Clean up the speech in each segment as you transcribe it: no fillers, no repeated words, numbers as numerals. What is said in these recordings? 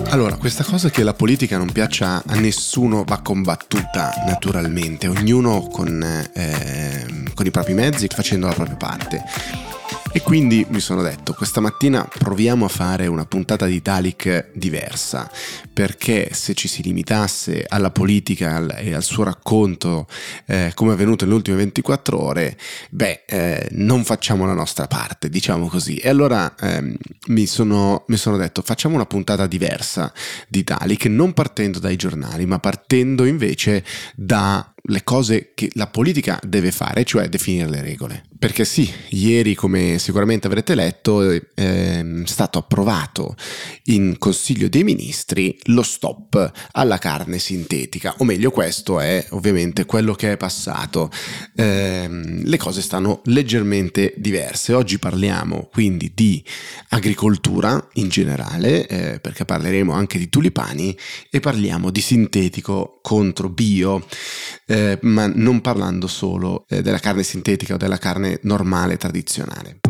Allora, questa cosa che la politica non piaccia a nessuno va combattuta naturalmente, ognuno con i propri mezzi, facendo la propria parte. E quindi mi sono detto, questa mattina proviamo a fare una puntata di Italic diversa, perché se ci si limitasse alla politica e al suo racconto come è avvenuto nelle ultime 24 ore, non facciamo la nostra parte, diciamo così. E allora mi sono detto, facciamo una puntata diversa di Italic, non partendo dai giornali, ma partendo invece dalle cose che la politica deve fare, cioè definire le regole. Perché sì, ieri, come sicuramente avrete letto, è stato approvato in Consiglio dei Ministri lo stop alla carne sintetica, o meglio, questo è ovviamente quello che è passato. Le cose stanno leggermente diverse. Oggi parliamo quindi di agricoltura in generale, perché parleremo anche di tulipani, e parliamo di sintetico contro bio, ma non parlando solo della carne sintetica o della carne normale, tradizionale.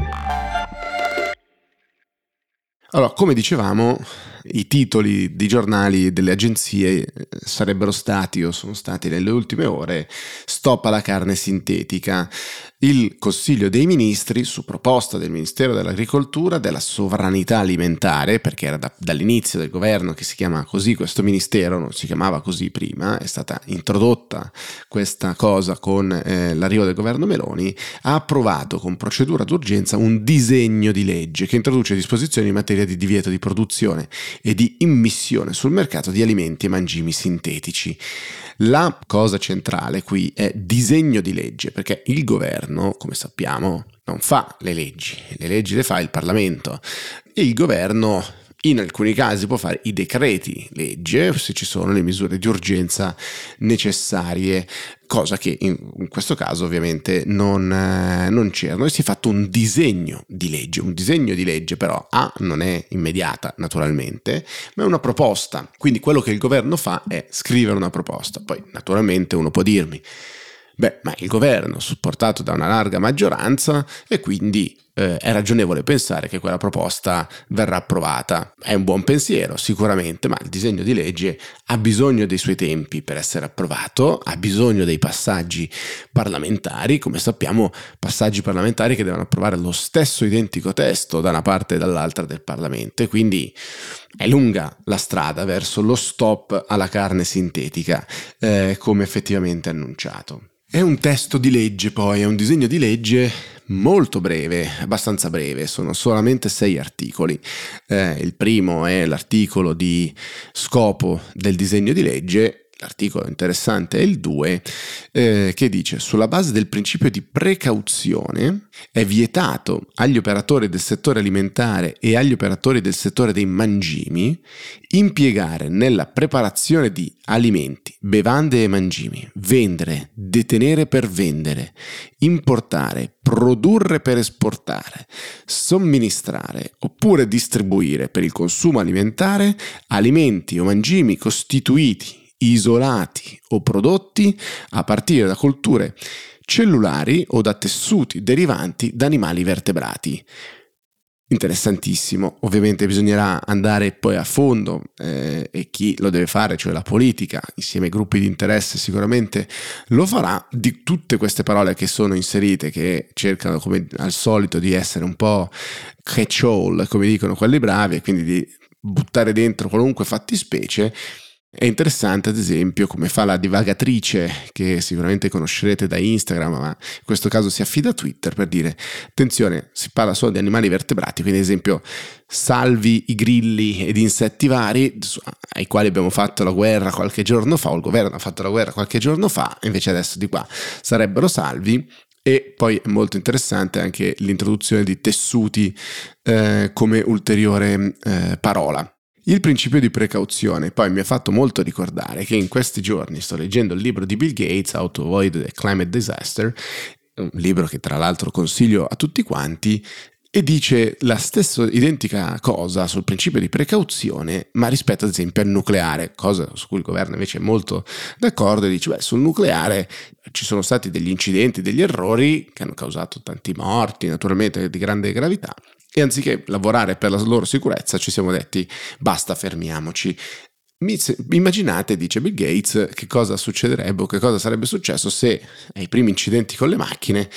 Allora, come dicevamo, i titoli di giornali e delle agenzie sarebbero stati o sono stati nelle ultime ore: stop alla carne sintetica. Il Consiglio dei Ministri, su proposta del Ministero dell'Agricoltura, della Sovranità Alimentare, perché era dall'inizio del governo che si chiama così questo ministero, non si chiamava così prima, è stata introdotta questa cosa con l'arrivo del governo Meloni, ha approvato con procedura d'urgenza un disegno di legge che introduce disposizioni in materia di divieto di produzione e di immissione sul mercato di alimenti e mangimi sintetici. La cosa centrale qui è disegno di legge, perché il governo, come sappiamo, non fa le leggi le fa il Parlamento, e il governo in alcuni casi può fare i decreti legge se ci sono le misure di urgenza necessarie, cosa che in questo caso ovviamente non c'erano, e si è fatto un disegno di legge però non è immediata naturalmente, ma è una proposta. Quindi quello che il governo fa è scrivere una proposta. Poi naturalmente uno può dirmi, ma il governo supportato da una larga maggioranza, e quindi è ragionevole pensare che quella proposta verrà approvata. È un buon pensiero sicuramente, ma il disegno di legge ha bisogno dei suoi tempi per essere approvato, ha bisogno dei passaggi parlamentari, come sappiamo, passaggi parlamentari che devono approvare lo stesso identico testo da una parte e dall'altra del Parlamento, e quindi è lunga la strada verso lo stop alla carne sintetica, come effettivamente annunciato. È un testo di legge, poi è un disegno di legge molto breve, abbastanza breve, sono solamente 6 articoli. Il primo è l'articolo di scopo del disegno di legge. L'articolo interessante è il 2, che dice: sulla base del principio di precauzione è vietato agli operatori del settore alimentare e agli operatori del settore dei mangimi impiegare nella preparazione di alimenti, bevande e mangimi, vendere, detenere per vendere, importare, produrre per esportare, somministrare oppure distribuire per il consumo alimentare alimenti o mangimi costituiti, isolati o prodotti a partire da colture cellulari o da tessuti derivanti da animali vertebrati. Interessantissimo. Ovviamente bisognerà andare poi a fondo, e chi lo deve fare, cioè la politica, insieme ai gruppi di interesse, sicuramente lo farà, di tutte queste parole che sono inserite, che cercano come al solito di essere un po' catch-all, come dicono quelli bravi, e quindi di buttare dentro qualunque fattispecie. È interessante, ad esempio, come fa la divagatrice, che sicuramente conoscerete da Instagram, ma in questo caso si affida a Twitter, per dire: attenzione, si parla solo di animali vertebrati, quindi ad esempio salvi i grilli ed insetti vari ai quali abbiamo fatto la guerra qualche giorno fa, o il governo ha fatto la guerra qualche giorno fa, invece adesso di qua sarebbero salvi. E poi è molto interessante anche l'introduzione di tessuti come ulteriore parola. Il principio di precauzione poi mi ha fatto molto ricordare che in questi giorni sto leggendo il libro di Bill Gates, How to Avoid the Climate Disaster, un libro che tra l'altro consiglio a tutti quanti, e dice la stessa identica cosa sul principio di precauzione, ma rispetto ad esempio al nucleare, cosa su cui il governo invece è molto d'accordo, e dice: sul nucleare ci sono stati degli incidenti, degli errori che hanno causato tanti morti, naturalmente di grande gravità, e anziché lavorare per la loro sicurezza ci siamo detti basta, fermiamoci. Immaginate, dice Bill Gates, che cosa succederebbe o che cosa sarebbe successo se ai primi incidenti con le macchine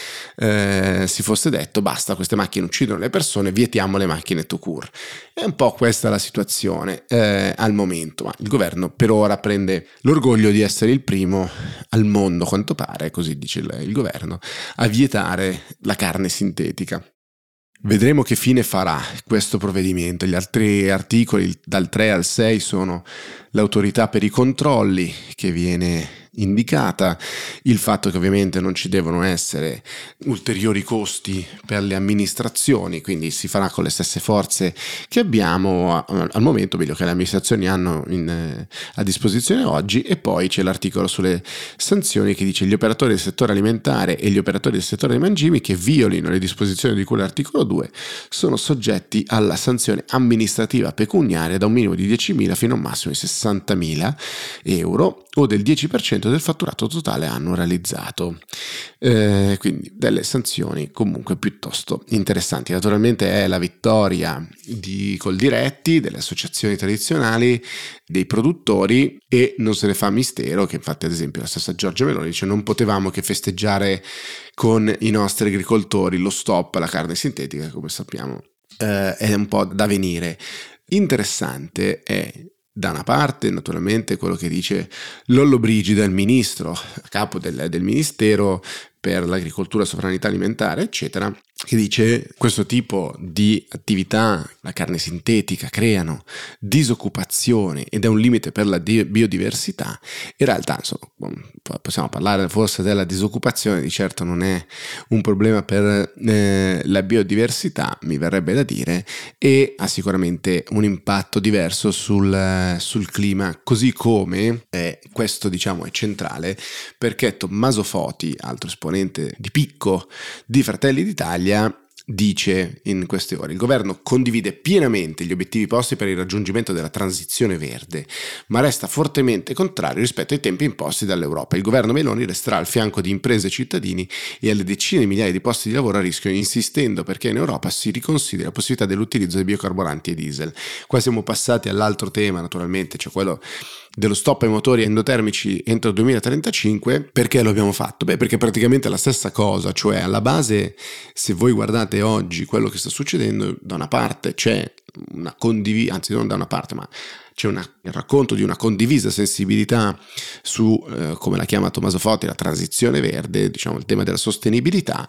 si fosse detto basta, queste macchine uccidono le persone, vietiamo le macchine tout court. È un po' questa la situazione al momento, ma il governo per ora prende l'orgoglio di essere il primo al mondo, a quanto pare, così dice il governo, a vietare la carne sintetica. Vedremo che fine farà questo provvedimento. Gli altri articoli dal 3 al 6 sono l'autorità per i controlli che viene indicata, il fatto che ovviamente non ci devono essere ulteriori costi per le amministrazioni, quindi si farà con le stesse forze che abbiamo al momento, meglio che le amministrazioni hanno a disposizione oggi. E poi c'è l'articolo sulle sanzioni che dice: gli operatori del settore alimentare e gli operatori del settore dei mangimi che violino le disposizioni di cui l'articolo 2 sono soggetti alla sanzione amministrativa pecuniaria da un minimo di 10.000 fino a un massimo di 60.000 euro o del 10% del fatturato totale annuo realizzato. Quindi delle sanzioni comunque piuttosto interessanti. Naturalmente è la vittoria di Coldiretti, delle associazioni tradizionali, dei produttori, e non se ne fa mistero che infatti ad esempio la stessa Giorgia Meloni dice: non potevamo che festeggiare con i nostri agricoltori lo stop alla carne sintetica, come sappiamo è un po' da venire. Interessante è da una parte naturalmente quello che dice Lollobrigida, il ministro a capo del Ministero per l'agricoltura, sovranità alimentare eccetera, che dice: questo tipo di attività, la carne sintetica, creano disoccupazione ed è un limite per la biodiversità. In realtà insomma, possiamo parlare forse della disoccupazione, di certo non è un problema per la biodiversità, mi verrebbe da dire, e ha sicuramente un impatto diverso sul clima, così come questo diciamo è centrale perché Tommaso Foti, altro esponente di picco di Fratelli d'Italia, dice in queste ore: il governo condivide pienamente gli obiettivi posti per il raggiungimento della transizione verde, ma resta fortemente contrario rispetto ai tempi imposti dall'Europa. Il governo Meloni resterà al fianco di imprese e cittadini e alle decine di migliaia di posti di lavoro a rischio, insistendo perché in Europa si riconsideri la possibilità dell'utilizzo di biocarburanti e diesel. Qua siamo passati all'altro tema, naturalmente, cioè quello dello stop ai motori endotermici entro il 2035. Perché lo abbiamo fatto? Perché praticamente è la stessa cosa, cioè alla base, se voi guardate oggi quello che sta succedendo, da una parte c'è una anzi non da una parte, ma c'è il racconto di una condivisa sensibilità su, come la chiama Tommaso Foti, la transizione verde, diciamo il tema della sostenibilità,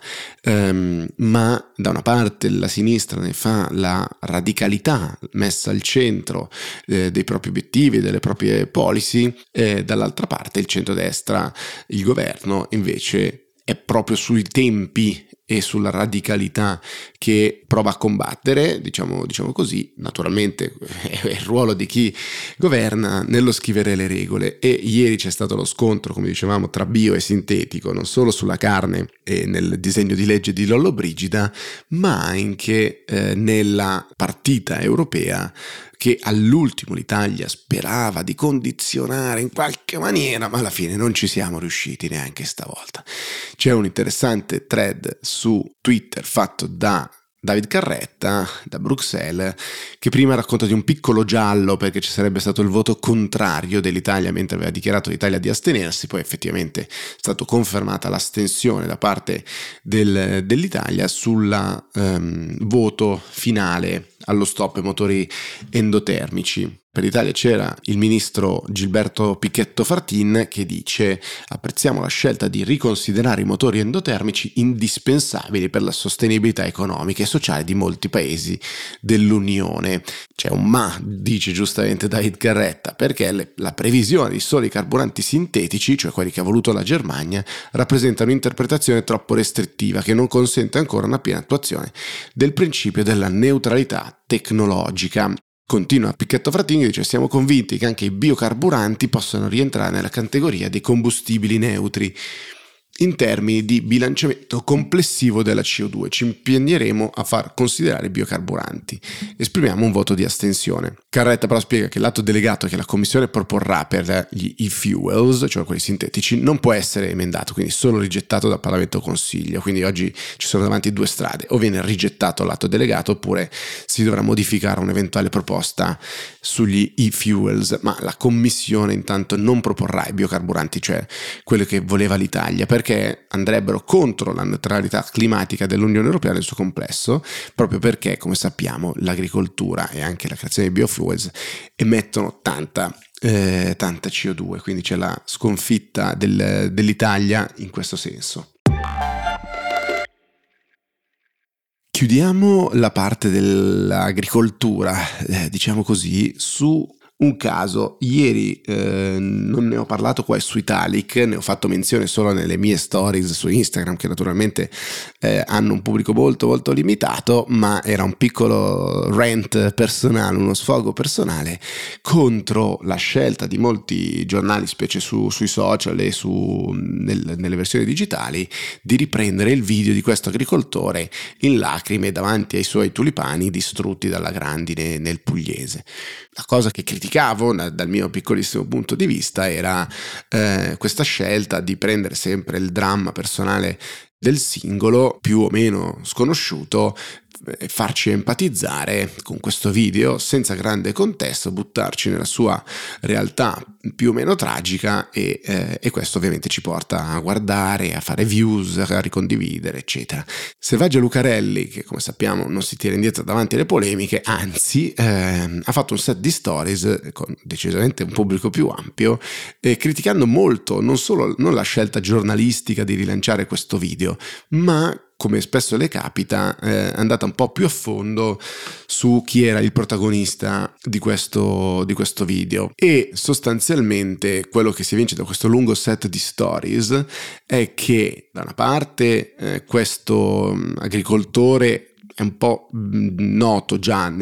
ma da una parte la sinistra ne fa la radicalità messa al centro dei propri obiettivi, delle proprie policy, e dall'altra parte il centrodestra, il governo, invece è proprio sui tempi e sulla radicalità che prova a combattere, diciamo così. Naturalmente è il ruolo di chi governa nello scrivere le regole, e ieri c'è stato lo scontro, come dicevamo, tra bio e sintetico, non solo sulla carne e nel disegno di legge di Lollobrigida, ma anche nella partita europea che all'ultimo l'Italia sperava di condizionare in qualche maniera, ma alla fine non ci siamo riusciti neanche stavolta. C'è un interessante thread su Twitter fatto da David Carretta da Bruxelles, che prima racconta di un piccolo giallo perché ci sarebbe stato il voto contrario dell'Italia mentre aveva dichiarato l'Italia di astenersi. Poi effettivamente è stata confermata l'astensione da parte dell'Italia sul voto finale allo stop ai motori endotermici. Per l'Italia c'era il ministro Gilberto Pichetto Fratin che dice: apprezziamo la scelta di riconsiderare i motori endotermici indispensabili per la sostenibilità economica e sociale di molti paesi dell'Unione. C'è un ma, dice giustamente David Carretta, perché la previsione di soli carburanti sintetici, cioè quelli che ha voluto la Germania, rappresenta un'interpretazione troppo restrittiva che non consente ancora una piena attuazione del principio della neutralità tecnologica. Continua Pichetto Fratin che dice: siamo convinti che anche i biocarburanti possano rientrare nella categoria dei combustibili neutri. in termini di bilanciamento complessivo della CO2. Ci impegneremo a far considerare i biocarburanti. Esprimiamo un voto di astensione. Carretta però spiega che l'atto delegato che la Commissione proporrà per gli e-fuels, cioè quelli sintetici, non può essere emendato, quindi solo rigettato dal Parlamento Consiglio. Quindi oggi ci sono davanti due strade: o viene rigettato l'atto delegato oppure si dovrà modificare un'eventuale proposta sugli e-fuels, ma la Commissione intanto non proporrà i biocarburanti, cioè quello che voleva l'Italia, perché andrebbero contro la neutralità climatica dell'Unione Europea nel suo complesso, proprio perché, come sappiamo, l'agricoltura e anche la creazione di biofuels emettono tanta CO2, quindi c'è la sconfitta dell'Italia in questo senso. Chiudiamo la parte dell'agricoltura, diciamo così, su un caso. Ieri non ne ho parlato qua su Italic, ne ho fatto menzione solo nelle mie stories su Instagram, che naturalmente hanno un pubblico molto molto limitato, ma era un piccolo rant personale, uno sfogo personale contro la scelta di molti giornali, specie sui social e nelle versioni digitali, di riprendere il video di questo agricoltore in lacrime davanti ai suoi tulipani distrutti dalla grandine nel Pugliese. La cosa che criticavo dal mio piccolissimo punto di vista era questa scelta di prendere sempre il dramma personale del singolo, più o meno sconosciuto, farci empatizzare con questo video senza grande contesto, buttarci nella sua realtà più o meno tragica e questo ovviamente ci porta a guardare, a fare views, a ricondividere, eccetera. Selvaggio Lucarelli, che come sappiamo non si tira indietro davanti alle polemiche, anzi ha fatto un set di stories con decisamente un pubblico più ampio, criticando molto non la scelta giornalistica di rilanciare questo video, ma, come spesso le capita, è andata un po' più a fondo su chi era il protagonista di questo video, e sostanzialmente quello che si evince da questo lungo set di stories è che da una parte questo agricoltore è un po' noto già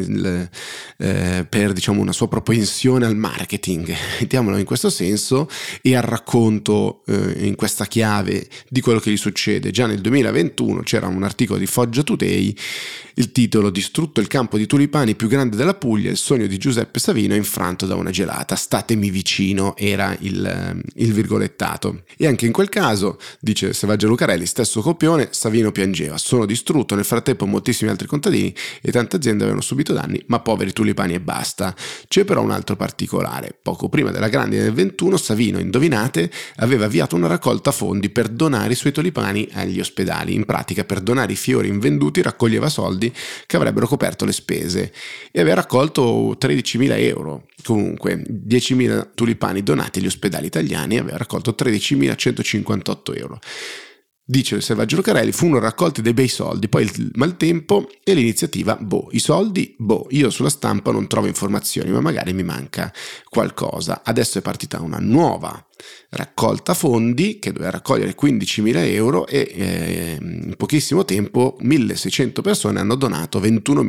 per, diciamo, una sua propensione al marketing, mettiamolo in questo senso, e al racconto in questa chiave di quello che gli succede. Già nel 2021 c'era un articolo di Foggia Today, il titolo: "Distrutto il campo di tulipani più grande della Puglia, il sogno di Giuseppe Savino è infranto da una gelata, statemi vicino", era il virgolettato. E anche in quel caso, dice Selvaggio Lucarelli, stesso copione, Savino piangeva: "Sono distrutto, nel frattempo moltissimi altri contadini e tante aziende avevano subito danni, ma poveri tulipani e basta". C'è però un altro particolare: poco prima della grandine del 21 Savino, indovinate, aveva avviato una raccolta fondi per donare i suoi tulipani agli ospedali. In pratica, per donare i fiori invenduti raccoglieva soldi che avrebbero coperto le spese, e aveva raccolto 13.000 euro. Comunque 10.000 tulipani donati agli ospedali italiani, aveva raccolto 13.158 euro. Dice il Selvaggio Lucarelli: "Furono raccolti dei bei soldi, poi il maltempo e l'iniziativa, i soldi, io sulla stampa non trovo informazioni, ma magari mi manca qualcosa. Adesso è partita una nuova raccolta fondi che doveva raccogliere 15.000 euro e in pochissimo tempo 1.600 persone hanno donato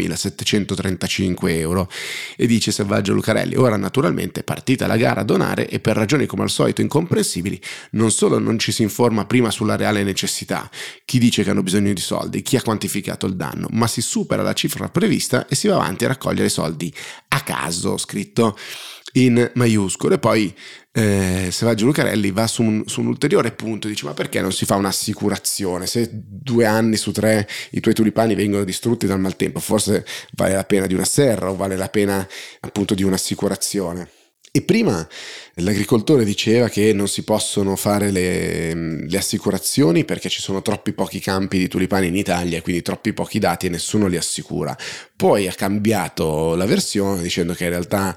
21.735 euro". E dice Selvaggio Lucarelli: "Ora naturalmente è partita la gara a donare e per ragioni come al solito incomprensibili non solo non ci si informa prima sulla reale necessità, chi dice che hanno bisogno di soldi, chi ha quantificato il danno, ma si supera la cifra prevista e si va avanti a raccogliere soldi a caso", scritto in maiuscolo. E poi Selvaggio Lucarelli va su un ulteriore punto, dice: "Ma perché non si fa un'assicurazione? Se 2 anni su 3 i tuoi tulipani vengono distrutti dal maltempo, forse vale la pena di una serra o vale la pena appunto di un'assicurazione". E prima l'agricoltore diceva che non si possono fare le assicurazioni perché ci sono troppi pochi campi di tulipani in Italia, quindi troppi pochi dati e nessuno li assicura. Poi ha cambiato la versione dicendo che in realtà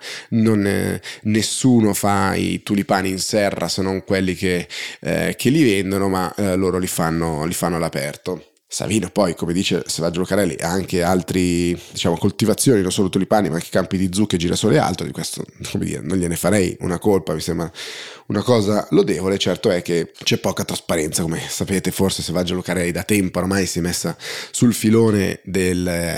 nessuno fa i tulipani in serra se non quelli che li vendono, ma loro li fanno all'aperto. Savino poi, come dice Selvaggio Lucarelli, ha anche altri, diciamo, coltivazioni, non solo tulipani ma anche campi di zucche e girasole e altro. Di questo, come dire, non gliene farei una colpa, mi sembra una cosa lodevole. Certo è che c'è poca trasparenza, come sapete forse Selvaggio Lucarelli da tempo ormai si è messa sul filone del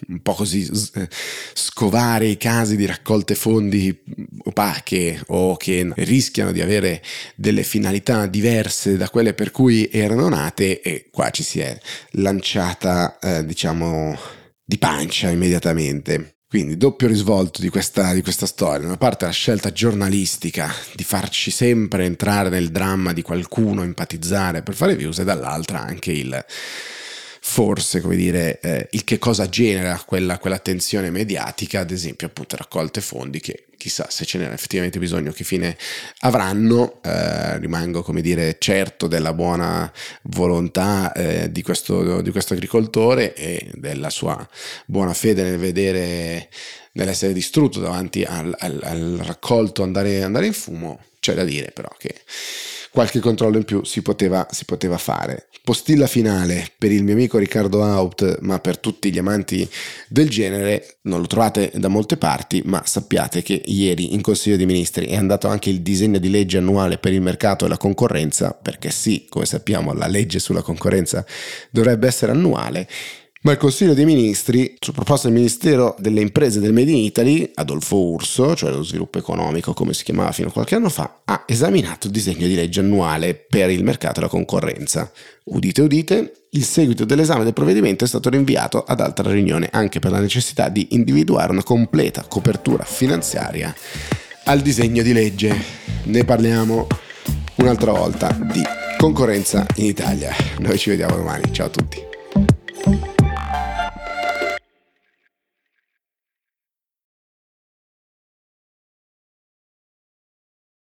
un po' così scovare i casi di raccolte fondi opache o che rischiano di avere delle finalità diverse da quelle per cui erano nate, e qua ci si è lanciata diciamo di pancia immediatamente. Quindi doppio risvolto di questa storia: da una parte la scelta giornalistica di farci sempre entrare nel dramma di qualcuno, empatizzare per fare views, e dall'altra anche il forse, come dire, il che cosa genera quella tensione mediatica, ad esempio appunto raccolte fondi che chissà se ce n'era effettivamente bisogno, che fine avranno. Rimango, come dire, certo della buona volontà di questo agricoltore e della sua buona fede nell'essere distrutto davanti al raccolto andare in fumo. C'è da dire però che qualche controllo in più si poteva fare. Postilla finale per il mio amico Riccardo Haupt, ma per tutti gli amanti del genere: non lo trovate da molte parti, ma sappiate che ieri in Consiglio dei Ministri è andato anche il disegno di legge annuale per il mercato e la concorrenza, perché sì, come sappiamo, la legge sulla concorrenza dovrebbe essere annuale. Ma il Consiglio dei Ministri, su proposta del Ministero delle Imprese del Made in Italy, Adolfo Urso, cioè lo sviluppo economico come si chiamava fino a qualche anno fa, ha esaminato il disegno di legge annuale per il mercato e la concorrenza. Udite udite, il seguito dell'esame del provvedimento è stato rinviato ad altra riunione, anche per la necessità di individuare una completa copertura finanziaria al disegno di legge. Ne parliamo un'altra volta di concorrenza in Italia. Noi ci vediamo domani, ciao a tutti.